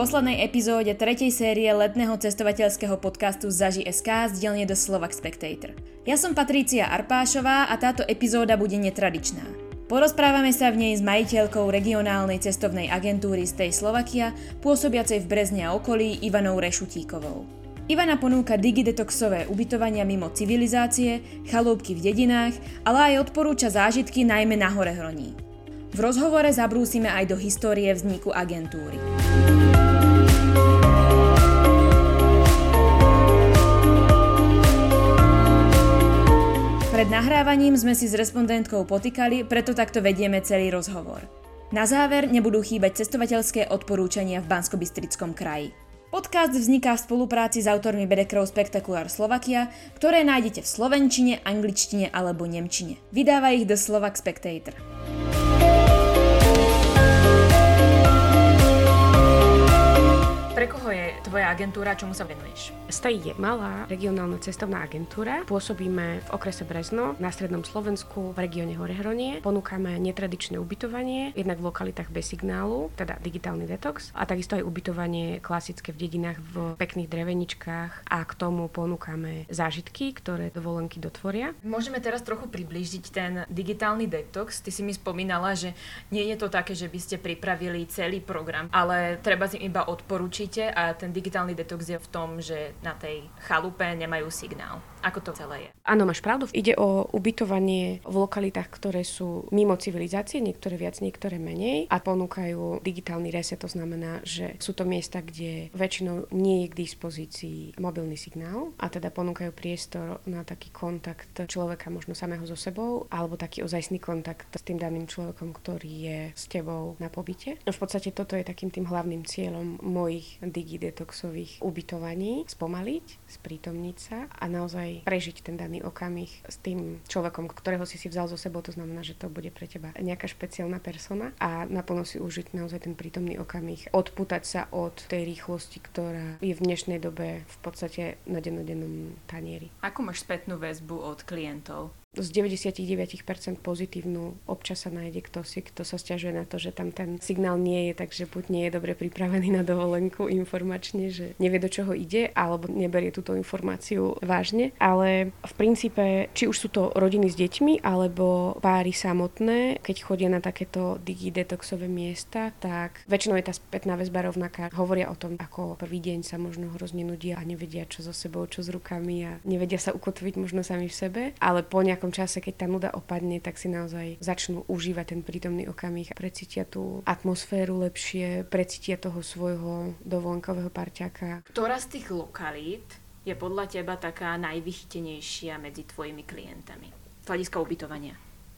poslednej epizóde 3. série letného cestovateľského podcastu Zaži.sk z dielne The Slovak Spectator. Ja som Patrícia Arpášová a táto epizóda bude netradičná. Porozprávame sa v nej s majiteľkou regionálnej cestovnej agentúry Stay Slovakia, pôsobiacej v Brezne a okolí Ivanou Rešutíkovou. Ivana ponúka digidetoxové ubytovania mimo civilizácie, chalúbky v dedinách, ale aj odporúča zážitky najmä na Horehroní. V rozhovore zabrúsime aj do histórie vzniku agentúry. Pred nahrávaním sme si s respondentkou potýkali, preto takto vedieme celý rozhovor. Na záver nebudú chýbať cestovateľské odporúčania v Banskobystrickom kraji. Podcast vzniká v spolupráci s autormi Bedekrov Spectacular Slovakia, ktoré nájdete v slovenčine, angličtine alebo nemčine. Vydáva ich The Slovak Spectator. Pre koho je tvoja agentúra, čomu sa venuješ? Stay je malá regionálna cestovná agentúra. Pôsobíme v okrese Brezno, na strednom Slovensku, v regióne Horehronie. Ponúkame netradičné ubytovanie, jednak v lokalitách bez signálu, teda digitálny detox, a takisto aj ubytovanie klasické v dedinách v pekných dreveničkách a k tomu ponúkame zážitky, ktoré dovolenky dotvoria. Môžeme teraz trochu priblížiť ten digitálny detox. Ty si mi spomínala, že nie je to také, že by ste pripravili celý program, ale treba si iba odporučiť a ten digitálny detox je v tom, že na tej chalupe nemajú signál. Ako to celé je? Áno, máš pravdu. Ide o ubytovanie v lokalitách, ktoré sú mimo civilizácie, niektoré viac, niektoré menej, a ponúkajú digitálny reset. To znamená, že sú to miesta, kde väčšinou nie je k dispozícii mobilný signál, a teda ponúkajú priestor na taký kontakt človeka možno samého so sebou, alebo taký ozajstný kontakt s tým daným človekom, ktorý je s tebou na pobyte. V podstate toto je takým tým hlavným cieľom mojich digidetoxových ubytovaní: spomaliť, sprítomniť sa a naozaj prežiť ten daný okamih s tým človekom, ktorého si vzal so sebou. To znamená, že to bude pre teba nejaká špeciálna persona, a naplno si užiť naozaj ten prítomný okamih. Odpútať sa od tej rýchlosti, ktorá je v dnešnej dobe v podstate na dennodennom tanieri. Ako máš spätnú väzbu od klientov? Z 99% pozitívnu. Občas sa nájde kto sa sťažuje na to, že tam ten signál nie je, takže buď nie je dobre pripravený na dovolenku informačne, že nevie, do čoho ide, alebo neberie túto informáciu vážne. Ale v princípe, či už sú to rodiny s deťmi, alebo páry samotné, keď chodia na takéto digidetoxové miesta, tak väčšinou je tá spätná väzba rovnaká. Hovoria o tom, ako prvý deň sa možno hrozne nudia a nevedia, čo so sebou, čo s rukami, a nevedia sa ukotviť možno sami v sebe, ale po nejakom čase, keď tá nuda opadne, tak si naozaj začnú užívať ten prítomný okamih, precítia tú atmosféru lepšie, precítia toho svojho dovolenkového parťaka. Ktorá z tých lokalít je podľa teba taká najvychytenejšia medzi tvojimi klientami z hľadiska ubytovania?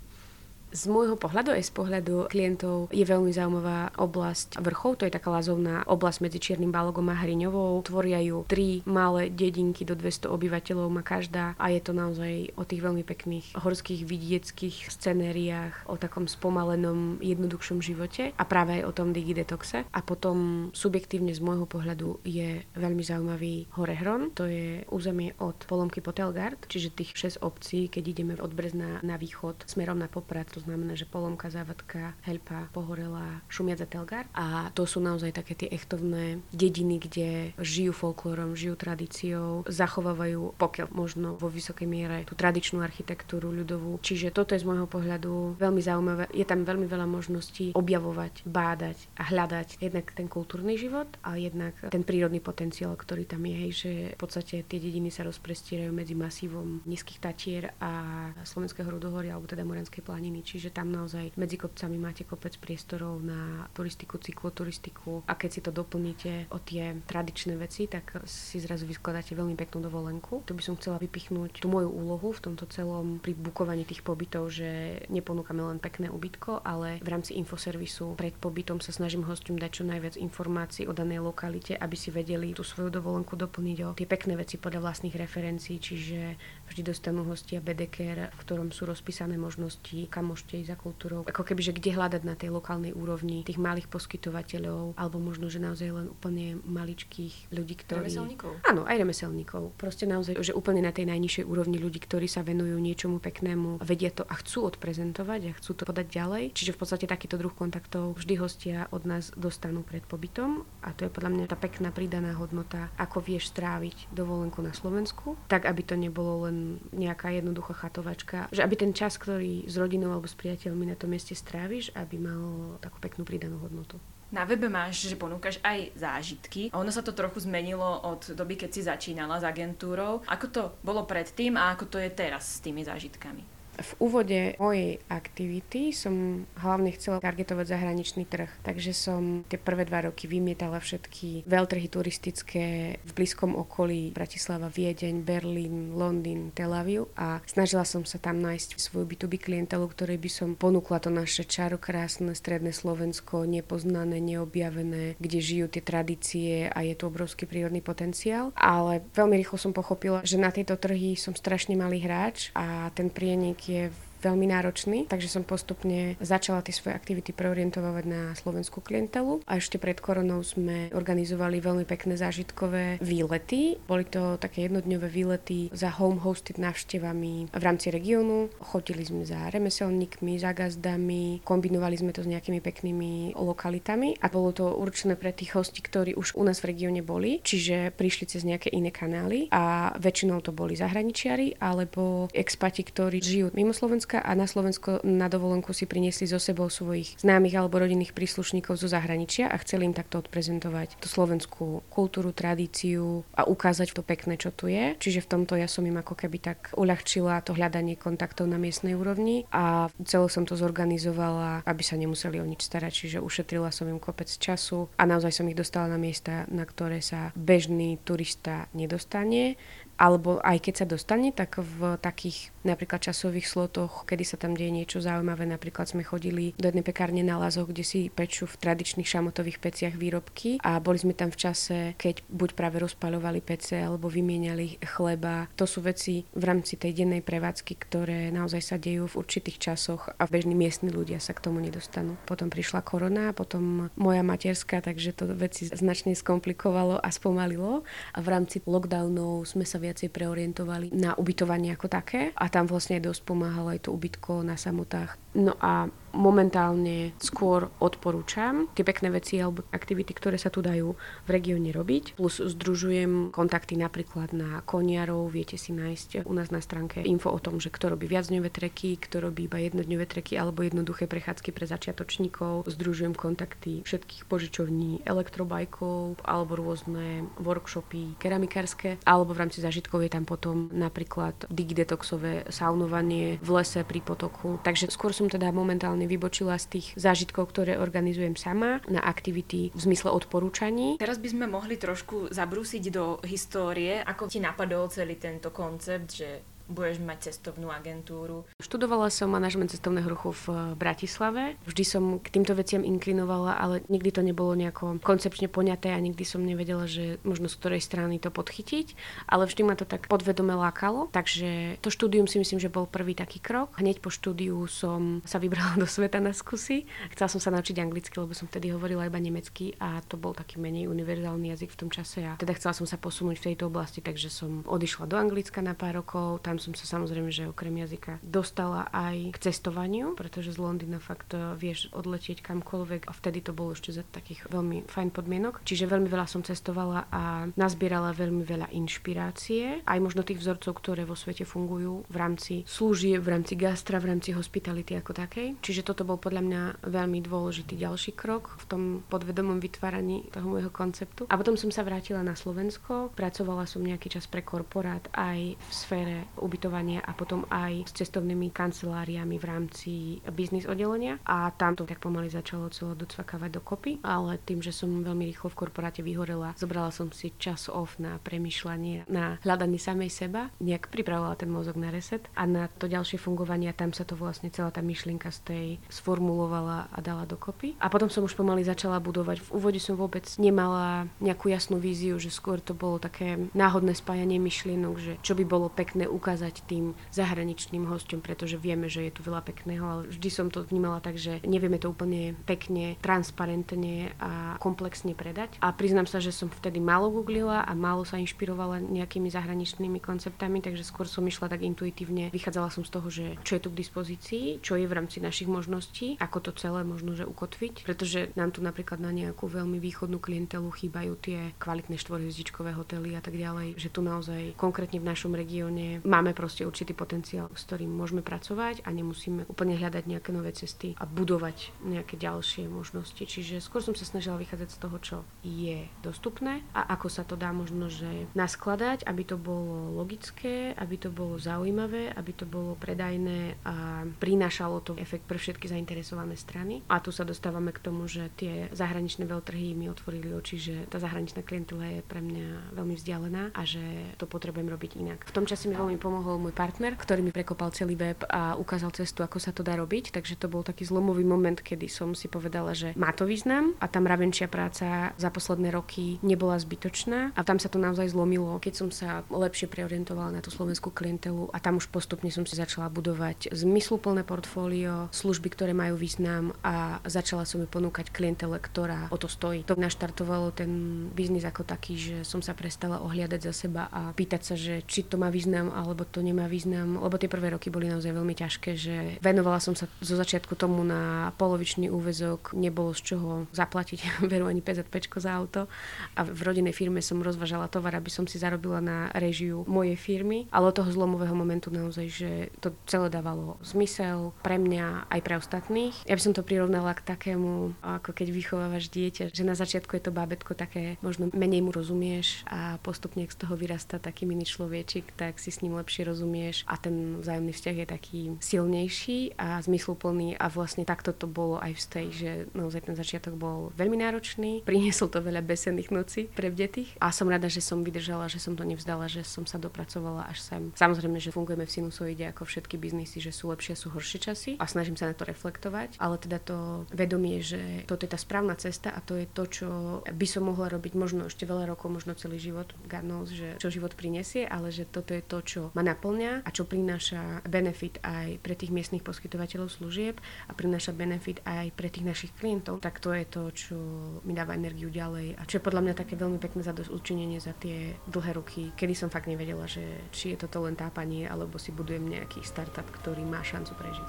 Z môjho pohľadu aj z pohľadu klientov je veľmi zaujímavá oblasť Vrchov. To je taká lazovná oblasť medzi Čiernym Balogom a Hriňovou. Tvoria ju 3 malé dedinky do 200 obyvateľov má každá, a je to naozaj o tých veľmi pekných horských vidieckých scenériách, o takom spomalenom, jednoduchšom živote a práve aj o tom digidetoxe. A potom subjektívne z môjho pohľadu je veľmi zaujímavý Horehron. To je územie od Polomky po Telgard, čiže tých 6 obcí, keď ideme od Brezna na východ smerom na Poprad. To znamená, že Polomka, Závadka, Helpa, Pohorela, Šumiac a Telgard. A to sú naozaj také tie echtovné dediny, kde žijú folklórom, žijú tradíciou, zachovávajú, pokiaľ možno vo vysokej miere, tú tradičnú architektúru ľudovú. Čiže toto je z môjho pohľadu veľmi zaujímavé. Je tam veľmi veľa možností objavovať, bádať a hľadať jednak ten kultúrny život a jednak ten prírodný potenciál, ktorý tam je, že v podstate tie dediny sa rozprestierajú medzi masívom Nízkych Tatier a Slovenského rudohoria, alebo teda Moranskej planiny. Čiže tam naozaj medzi kopcami máte kopec priestorov na turistiku, cykloturistiku, a keď si to doplníte o tie tradičné veci, tak si zrazu vyskladáte veľmi peknú dovolenku. Tu by som chcela vypichnúť tú moju úlohu v tomto celom pri bukovaní tých pobytov, že neponúkame len pekné ubytko, ale v rámci infoservisu pred pobytom sa snažím hosťom dať čo najviac informácií o danej lokalite, aby si vedeli tú svoju dovolenku doplniť o tie pekné veci podľa vlastných referencií, čiže vždy dostanú hostia bedeker, v ktorom sú rozpísané možnosti, kam môžete ísť za kultúrou. Ako keby, že kde hľadať na tej lokálnej úrovni tých malých poskytovateľov, alebo možno, že naozaj len úplne maličkých ľudí, ktorí... Remeselníkov? Áno, aj remeselníkov. Proste naozaj, že úplne na tej najnižšej úrovni ľudí, ktorí sa venujú niečomu peknému, vedia to a chcú odprezentovať a chcú to podať ďalej. Čiže v podstate takýto druh kontaktov vždy hostia od nás dostanú pred pobytom a to je podľa mňa tá pekná pridaná hodnota, ako vieš stráviť dovolenku na Slovensku, tak aby to nebolo len nejaká jednoduchá chatovačka, že aby ten čas, ktorý s rodinou alebo s priateľmi na tom mieste stráviš, aby mal takú peknú pridanú hodnotu. Na webe máš, že ponúkaš aj zážitky. Ono sa to trochu zmenilo od doby, keď si začínala s agentúrou. Ako to bolo predtým a ako to je teraz s tými zážitkami? V úvode mojej aktivity som hlavne chcela targetovať zahraničný trh, takže som tie prvé 2 roky vymietala všetky veľtrhy turistické v blízkom okolí Bratislava, Viedeň, Berlín, Londýn, Tel Aviv a snažila som sa tam nájsť svoju B2B klientelu, ktorej by som ponúkla to naše čarokrásne stredné Slovensko, nepoznané, neobjavené, kde žijú tie tradície a je tu obrovský prírodný potenciál, ale veľmi rýchlo som pochopila, že na tieto trhy som strašne malý hráč a ten prienik je veľmi náročný, takže som postupne začala tie svoje aktivity preorientovať na slovenskú klientelu a ešte pred koronou sme organizovali veľmi pekné zážitkové výlety. Boli to také jednodňové výlety za home hosted návštevami v rámci regiónu. Chodili sme za remeselníkmi, za gazdami, kombinovali sme to s nejakými peknými lokalitami a bolo to určené pre tých hostí, ktorí už u nás v regióne boli, čiže prišli cez nejaké iné kanály a väčšinou to boli zahraničiari alebo expati, ktorí žijú mimo Slovenska a na Slovensko na dovolenku si priniesli so sebou svojich známych alebo rodinných príslušníkov zo zahraničia a chceli im takto odprezentovať tú slovenskú kultúru, tradíciu a ukázať to pekné, čo tu je. Čiže v tomto ja som im ako keby tak uľahčila to hľadanie kontaktov na miestnej úrovni a celé som to zorganizovala, aby sa nemuseli o nič starať, čiže ušetrila som im kopec času a naozaj som ich dostala na miesta, na ktoré sa bežný turista nedostane. Alebo aj keď sa dostane, tak v takých napríklad časových slotoch, kedy sa tam deje niečo zaujímavé. Napríklad sme chodili do jednej pekárne na Lazoch, kde si pečú v tradičných šamotových peciach výrobky a boli sme tam v čase, keď buď práve rozpaľovali pece alebo vymieniali chleba. To sú veci v rámci tej dennej prevádzky, ktoré naozaj sa dejú v určitých časoch a bežní miestni ľudia sa k tomu nedostanú. Potom prišla korona, potom moja materská, takže to veci značne skomplikovalo a spomalilo a v rámci lockdownov sme sa viacej preorientovali na ubytovanie ako také a tam vlastne dosť pomáhalo aj to ubytko na samotách. No a momentálne skôr odporúčam tie pekné veci alebo aktivity, ktoré sa tu dajú v regióne robiť. Plus združujem kontakty napríklad na koniarov, viete si nájsť u nás na stránke info o tom, že kto robí viacdňové treky, kto robí iba jednodňové treky alebo jednoduché prechádzky pre začiatočníkov. Združujem kontakty všetkých požičovní elektrobajkov alebo rôzne workshopy keramikárske, alebo v rámci zážitkov je tam potom napríklad digidetoxové saunovanie v lese pri potoku. Takže skôr som teda momentálne vybočila z tých zážitkov, ktoré organizujem sama na aktivity v zmysle odporúčaní. Teraz by sme mohli trošku zabrúsiť do histórie, ako ti napadol celý tento koncept, že budeš mať cestovnú agentúru. Študovala som manažment cestovného ruchu v Bratislave. Vždy som k týmto veciam inklinovala, ale nikdy to nebolo nejako koncepčne poňaté a nikdy som nevedela, že možno z ktorej strany to podchytiť, ale vždy ma to tak podvedome lákalo. Takže to štúdium si myslím, že bol prvý taký krok. Hneď po štúdiu som sa vybrala do sveta na skúsi. Chcela som sa naučiť anglicky, lebo som vtedy hovorila iba nemecky a to bol taký menej univerzálny jazyk v tom čase a teda chcela som sa posunúť v tejto oblasti, takže som odišla do Anglicka na pár rokov. Tam som sa samozrejme, že okrem jazyka dostala aj k cestovaniu, pretože z Londýna fakt vieš odletieť kamkoľvek a vtedy to bolo ešte za takých veľmi fajn podmienok. Čiže veľmi veľa som cestovala a nazbierala veľmi veľa inšpirácie, aj možno tých vzorcov, ktoré vo svete fungujú v rámci služieb, v rámci gastra, v rámci hospitality ako takej. Čiže toto bol podľa mňa veľmi dôležitý ďalší krok v tom podvedomom vytváraní toho môjho konceptu. A potom som sa vrátila na Slovensko, pracovala som nejaký čas pre korporát aj v sfére ubytovania a potom aj s cestovnými kanceláriami v rámci biznis oddelenia a tam to tak pomaly začalo celé docvakávať dokopy, ale tým, že som veľmi rýchlo v korporáte vyhorela, zobrala som si čas off na premýšľanie, na hľadanie samej seba, nejak pripravovala ten mozog na reset a na to ďalšie fungovanie a tam sa to vlastne celá tá myšlienka z tej sformulovala a dala dokopy. A potom som už pomaly začala budovať. V úvode som vôbec nemala nejakú jasnú víziu, že skôr to bolo také náhodné spájanie myšlienok, že čo by bolo pekné ukázať ukázať tým zahraničným hosťom, pretože vieme, že je tu veľa pekného, ale vždy som to vnímala tak, že nevieme to úplne pekne, transparentne a komplexne predať. A priznám sa, že som vtedy málo googlila a málo sa inšpirovala nejakými zahraničnými konceptami, takže skôr som išla tak intuitívne. Vychádzala som z toho, že čo je tu k dispozícii, čo je v rámci našich možností, ako to celé možno že ukotviť, pretože nám tu napríklad na nejakú veľmi východnú klientelu chýbajú tie kvalitné štvorhviezdičkové hotely a tak ďalej, že tu naozaj konkrétne v našom regióne máme proste určitý potenciál, s ktorým môžeme pracovať a nemusíme úplne hľadať nejaké nové cesty a budovať nejaké ďalšie možnosti. Čiže skôr som sa snažila vychádzať z toho, čo je dostupné a ako sa to dá možno že naskladať, aby to bolo logické, aby to bolo zaujímavé, aby to bolo predajné a prinášalo to efekt pre všetky zainteresované strany. A tu sa dostávame k tomu, že tie zahraničné veľtrhy mi otvorili oči, že tá zahraničná klientela je pre mňa veľmi vzdialená a že to potrebujem robiť inak. V tom čase mi veľmi pomohol môj partner, ktorý mi prekopal celý web a ukázal cestu, ako sa to dá robiť, takže to bol taký zlomový moment, kedy som si povedala, že má to význam a tá mravenčia práca za posledné roky nebola zbytočná a tam sa to naozaj zlomilo, keď som sa lepšie preorientovala na tú slovenskú klientelu a tam už postupne som si začala budovať zmysluplné portfólio, služby, ktoré majú význam a začala som ju ponúkať klientele, ktorá o to stojí. To naštartovalo ten biznis ako taký, že som sa prestala ohliadať za seba a pýtať sa, že či to má význam alebo to nemá význam, lebo tie prvé roky boli naozaj veľmi ťažké, že venovala som sa zo začiatku tomu na polovičný úväzok, nebolo z čoho zaplatiť veru ani PZPčko za auto a v rodinnej firme som rozvážala tovar, aby som si zarobila na réžiu mojej firmy, ale od toho zlomového momentu naozaj, že to celé dávalo zmysel pre mňa aj pre ostatných. Ja by som to prirovnala k takému, ako keď vychovávaš dieťa, že na začiatku je to bábätko také, možno menej mu rozumieš a postupne, ak z toho vyrastá taký mini človečik, tak si s ním lepšie rozumieš a ten vzájomný vzťah je taký silnejší a zmysluplný a vlastne takto to bolo aj v Stay, že naozaj ten začiatok bol veľmi náročný, priniesol to veľa besenných nocí pre vdetých a som rada, že som vydržala, že som to nevzdala, že som sa dopracovala až sem. Samozrejme, že fungujeme v sinusoide ako všetky biznisy, že sú lepšie, sú horšie časy a snažím sa na to reflektovať, ale teda to vedomie, že toto je tá správna cesta a to je to, čo by som mohla robiť možno ešte veľa rokov, možno celý život, God knows, že čo život prinesie, ale že toto je to, čo ma naplňa a čo prináša benefit aj pre tých miestnych poskytovateľov služieb a prináša benefit aj pre tých našich klientov, tak to je to, čo mi dáva energiu ďalej a čo je podľa mňa také veľmi pekné zadosťučinenie za tie dlhé roky, kedy som fakt nevedela, že či je toto len tápanie, alebo si budujem nejaký startup, ktorý má šancu prežiť.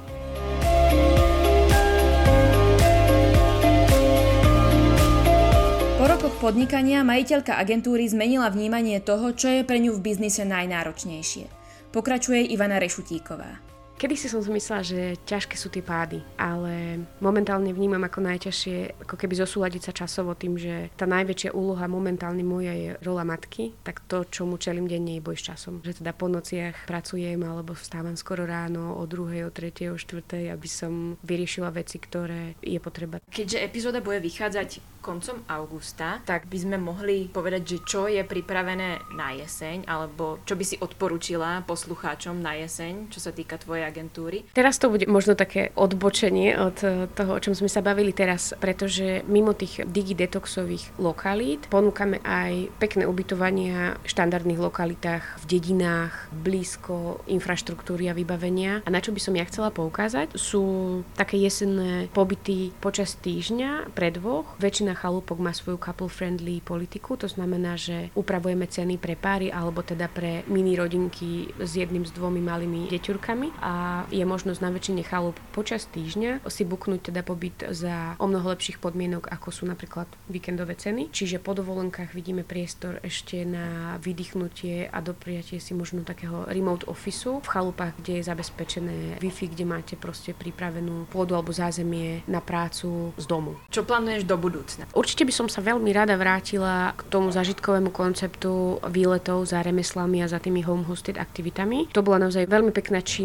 Po rokoch podnikania majiteľka agentúry zmenila vnímanie toho, čo je pre ňu v biznise najnáročnejšie. Pokračuje Ivana Rešutíková. Kedysi som si myslela, že ťažké sú tie pády, ale momentálne vnímam ako najťažšie, ako keby zosúladiť sa časovo tým, že tá najväčšia úloha momentálne moja je rola matky, tak to, čomu čelím denne, je boj s časom. Že teda po nociach pracujem alebo vstávam skoro ráno o 2, o 3, o 4, aby som vyriešila veci, ktoré je potreba. Keďže epizóda bude vychádzať koncom augusta, tak by sme mohli povedať, že čo je pripravené na jeseň, alebo čo by si odporúčila poslucháčom na jeseň, čo sa týka tvojej agentúry. Teraz to bude možno také odbočenie od toho, o čom sme sa bavili teraz, pretože mimo tých digi-detoxových lokalít ponúkame aj pekné ubytovania v štandardných lokalitách, v dedinách, blízko infraštruktúry a vybavenia. A na čo by som ja chcela poukázať, sú také jesenné pobyty počas týždňa pre dvoch. Väčšina chalúpok má svoju couple-friendly politiku, to znamená, že upravujeme ceny pre páry alebo teda pre mini rodinky s 1-2 malými deťurkami a je možnosť na väčšine chalup počas týždňa si buknúť teda pobyt za omnoho lepších podmienok, ako sú napríklad víkendové ceny. Čiže po dovolenkách vidíme priestor ešte na vydýchnutie a dopriatie si možno takého remote officeu v chalupách, kde je zabezpečené Wi-Fi, kde máte proste pripravenú pôdu alebo zázemie na prácu z domu. Čo plánuješ do budúcna? Určite by som sa veľmi rada vrátila k tomu zážitkovému konceptu výletov za remeslami a za tými home hosted aktivitami. To bola naozaj veľmi pekná činnosť,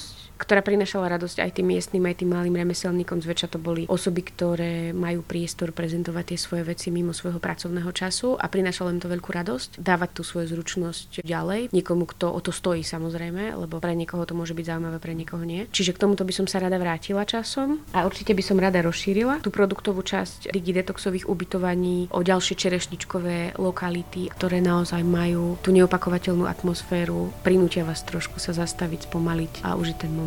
ktorá prinášala radosť aj tým miestnym, aj tým malým remeselníkom. Zväčša to boli osoby, ktoré majú priestor prezentovať tie svoje veci mimo svojho pracovného času a prinášalo im to veľkú radosť dávať tú svoju zručnosť ďalej niekomu, kto o to stojí, samozrejme, lebo pre niekoho to môže byť zaujímavé, pre niekoho nie. Čiže k tomuto by som sa rada vrátila časom a určite by som rada rozšírila tú produktovú časť digidetoxových ubytovaní o ďalšie čerešničkové lokality, ktoré naozaj majú tú neopakovateľnú atmosféru, prinútia vás trošku sa zastaviť, spomaliť a užiť ten moment.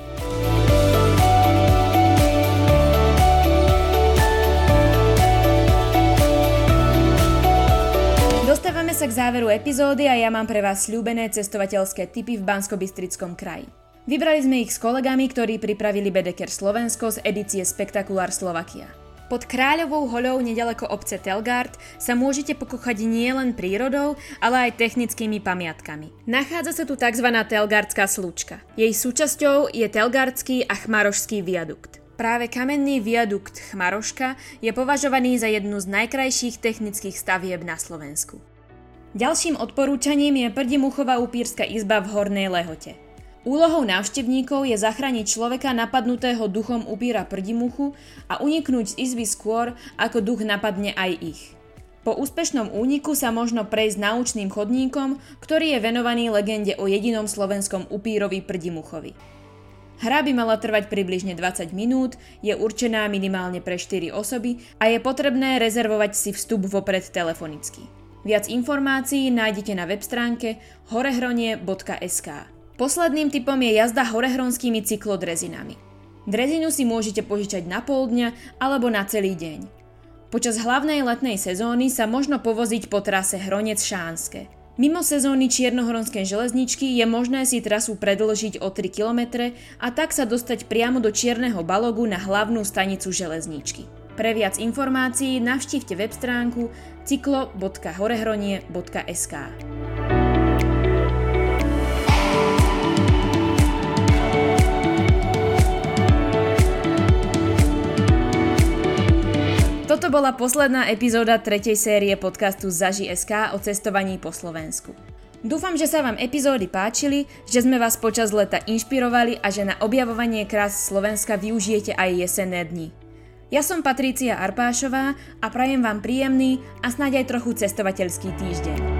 Dostávame sa k záveru epizódy a ja mám pre vás sľúbené cestovateľské tipy v Banskobystrickom kraji. Vybrali sme ich s kolegami, ktorí pripravili Backpacker Slovensko z edície Spektakulár Slovakia. Pod Kráľovou hoľou nedaleko obce Telgard sa môžete pokochať nielen prírodou, ale aj technickými pamiatkami. Nachádza sa tu tzv. Telgardská slučka. Jej súčasťou je Telgardský a Chmarošský viadukt. Práve kamenný viadukt Chmaroška je považovaný za jednu z najkrajších technických stavieb na Slovensku. Ďalším odporúčaním je Prdimuchová upírska izba v Hornej Lehote. Úlohou návštevníkov je zachrániť človeka napadnutého duchom upíra Prdimuchu a uniknúť z izby skôr, ako duch napadne aj ich. Po úspešnom úniku sa možno prejsť naučným chodníkom, ktorý je venovaný legende o jedinom slovenskom upírovi Prdimuchovi. Hra by mala trvať približne 20 minút, je určená minimálne pre 4 osoby a je potrebné rezervovať si vstup vopred telefonicky. Viac informácií nájdete na web stránke horehronie.sk. Posledným tipom je jazda horehronskými cyklodrezinami. Drezinu si môžete požičať na pol dňa alebo na celý deň. Počas hlavnej letnej sezóny sa možno povoziť po trase Hronec-Šánske. Mimo sezóny Čiernohronskej železničky je možné si trasu predĺžiť o 3 km a tak sa dostať priamo do Čierneho Balogu na hlavnú stanicu železničky. Pre viac informácií navštívte web stránku cyklo.horehronie.sk. Toto bola posledná epizóda 3. série podcastu Zaži.sk o cestovaní po Slovensku. Dúfam, že sa vám epizódy páčili, že sme vás počas leta inšpirovali a že na objavovanie krás Slovenska využijete aj jesenné dni. Ja som Patrícia Arpášová a prajem vám príjemný a snáď aj trochu cestovateľský týždeň.